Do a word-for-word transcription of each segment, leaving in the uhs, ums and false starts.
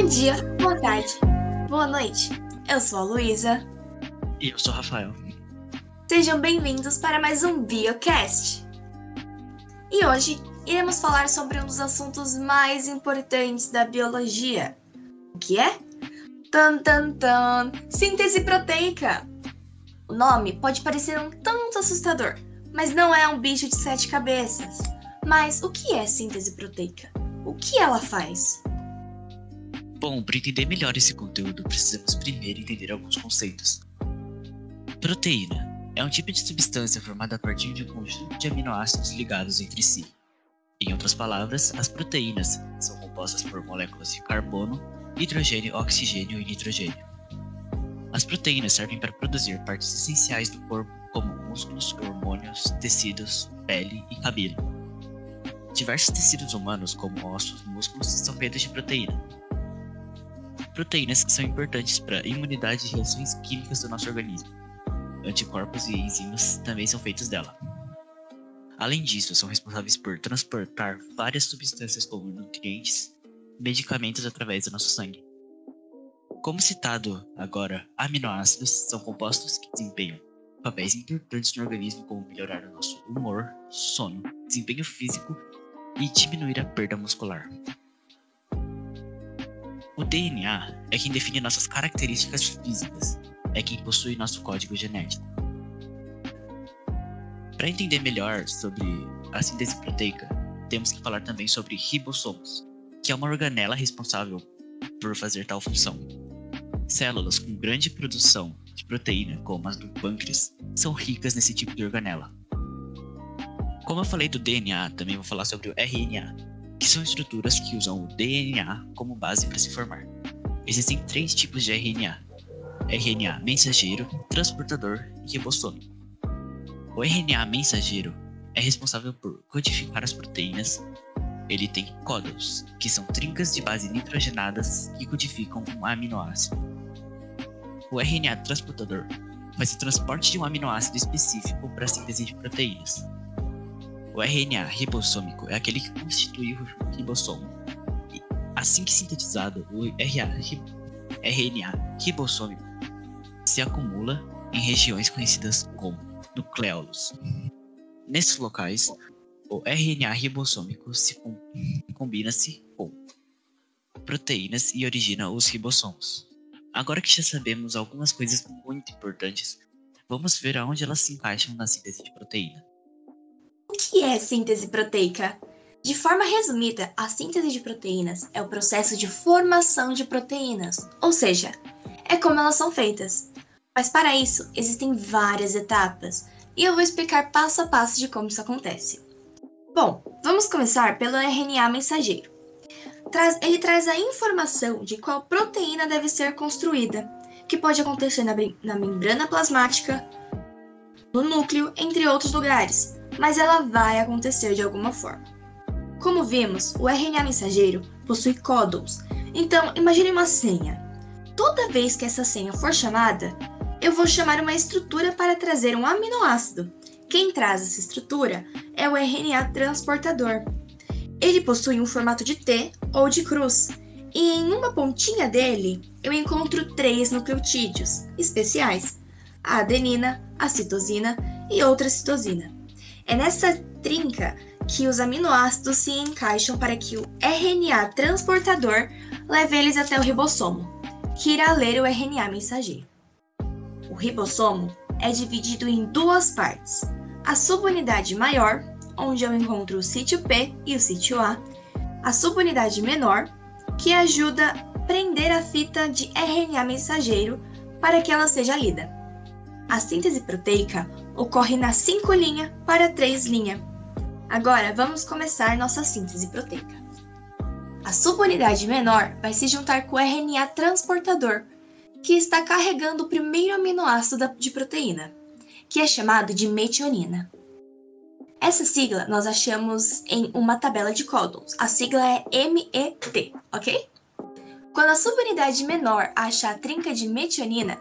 dia, boa tarde, boa noite. Eu sou a Luísa. E eu sou o Rafael. Sejam bem-vindos para mais um Biocast. E hoje iremos falar sobre um dos assuntos mais importantes da biologia. O que é? Tan, tan, tan, síntese proteica. O nome pode parecer um tanto assustador, mas não é um bicho de sete cabeças. Mas o que é síntese proteica? O que ela faz? Bom, para entender melhor esse conteúdo, precisamos primeiro entender alguns conceitos. Proteína é um tipo de substância formada a partir de um conjunto de aminoácidos ligados entre si. Em outras palavras, as proteínas são compostas por moléculas de carbono, hidrogênio, oxigênio e nitrogênio. As proteínas servem para produzir partes essenciais do corpo, como músculos, hormônios, tecidos, pele e cabelo. Diversos tecidos humanos, como ossos e músculos, são feitos de proteína. Proteínas são importantes para a imunidade e reações químicas do nosso organismo. Anticorpos e enzimas também são feitos dela. Além disso, são responsáveis por transportar várias substâncias como nutrientes e medicamentos através do nosso sangue. Como citado agora, aminoácidos são compostos que desempenham papéis importantes no organismo, como melhorar o nosso humor, sono, desempenho físico e diminuir a perda muscular. O D N A é quem define nossas características físicas, é quem possui nosso código genético. Para entender melhor sobre a síntese proteica, temos que falar também sobre ribossomos, que é uma organela responsável por fazer tal função. Células com grande produção de proteína, como as do pâncreas, são ricas nesse tipo de organela. Como eu falei do D N A, também vou falar sobre o R N A, que são estruturas que usam o D N A como base para se formar. Existem três tipos de R N A: R N A mensageiro, transportador e ribossômico. O R N A mensageiro é responsável por codificar as proteínas. Ele tem códons, que são trincas de base nitrogenadas que codificam um aminoácido. O R N A transportador faz o transporte de um aminoácido específico para a síntese de proteínas. O R N A ribossômico é aquele que constitui o ribossomo. E, assim que sintetizado, o R N A ribossômico se acumula em regiões conhecidas como nucleolos. Nesses locais, o R N A ribossômico se com, combina-se com proteínas e origina os ribossomos. Agora que já sabemos algumas coisas muito importantes, vamos ver aonde elas se encaixam na síntese de proteína. O que é síntese proteica? De forma resumida, a síntese de proteínas é o processo de formação de proteínas, ou seja, é como elas são feitas. Mas para isso, existem várias etapas, e eu vou explicar passo a passo de como isso acontece. Bom, vamos começar pelo R N A mensageiro. Ele traz a informação de qual proteína deve ser construída, que pode acontecer na, na membrana plasmática, no núcleo, entre outros lugares, mas ela vai acontecer de alguma forma. Como vimos, o R N A mensageiro possui códons, então imagine uma senha. Toda vez que essa senha for chamada, eu vou chamar uma estrutura para trazer um aminoácido. Quem traz essa estrutura é o R N A transportador. Ele possui um formato de T ou de cruz, e em uma pontinha dele eu encontro três nucleotídeos especiais: a adenina, a citosina e outra citosina. É nessa trinca que os aminoácidos se encaixam para que o R N A transportador leve eles até o ribossomo, que irá ler o R N A mensageiro. O ribossomo é dividido em duas partes: a subunidade maior, onde eu encontro o sítio P e o sítio A, a subunidade menor, que ajuda a prender a fita de R N A mensageiro para que ela seja lida. A síntese proteica ocorre na cinco linha para três linha. Agora vamos começar nossa síntese proteica. A subunidade menor vai se juntar com o R N A transportador, que está carregando o primeiro aminoácido de proteína, que é chamado de metionina. Essa sigla nós achamos em uma tabela de códons. A sigla é M E T, ok? Quando a subunidade menor acha a trinca de metionina,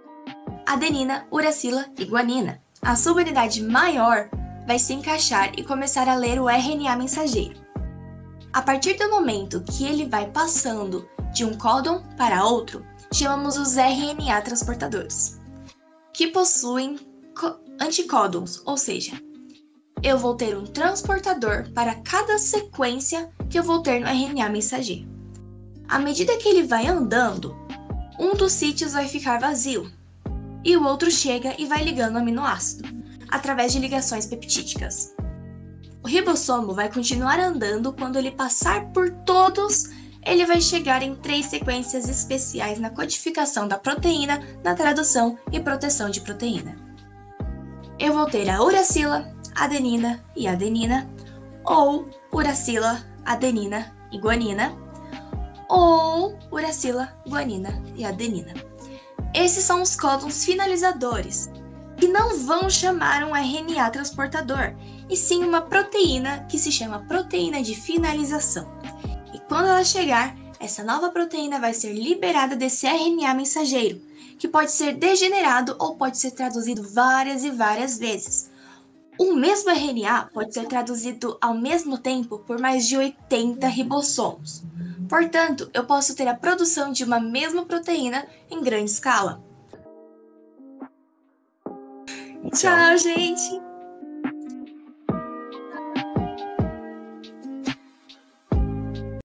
adenina, uracila e guanina, a subunidade maior vai se encaixar e começar a ler o R N A mensageiro. A partir do momento que ele vai passando de um códon para outro, chamamos os R N A transportadores, que possuem anticódons, ou seja, eu vou ter um transportador para cada sequência que eu vou ter no R N A mensageiro. À medida que ele vai andando, um dos sítios vai ficar vazio e o outro chega e vai ligando o aminoácido através de ligações peptídicas. O ribossomo vai continuar andando. Quando ele passar por todos, ele vai chegar em três sequências especiais na codificação da proteína, na tradução e proteção de proteína. Eu vou ter a uracila, adenina e adenina, ou uracila, adenina e guanina, ou uracila, guanina e adenina. Esses são os códons finalizadores, que não vão chamar um R N A transportador, e sim uma proteína que se chama proteína de finalização. E quando ela chegar, essa nova proteína vai ser liberada desse R N A mensageiro, que pode ser degenerado ou pode ser traduzido várias e várias vezes. O mesmo R N A pode ser traduzido ao mesmo tempo por mais de oitenta ribossomos. Portanto, eu posso ter a produção de uma mesma proteína em grande escala. Tchau, gente!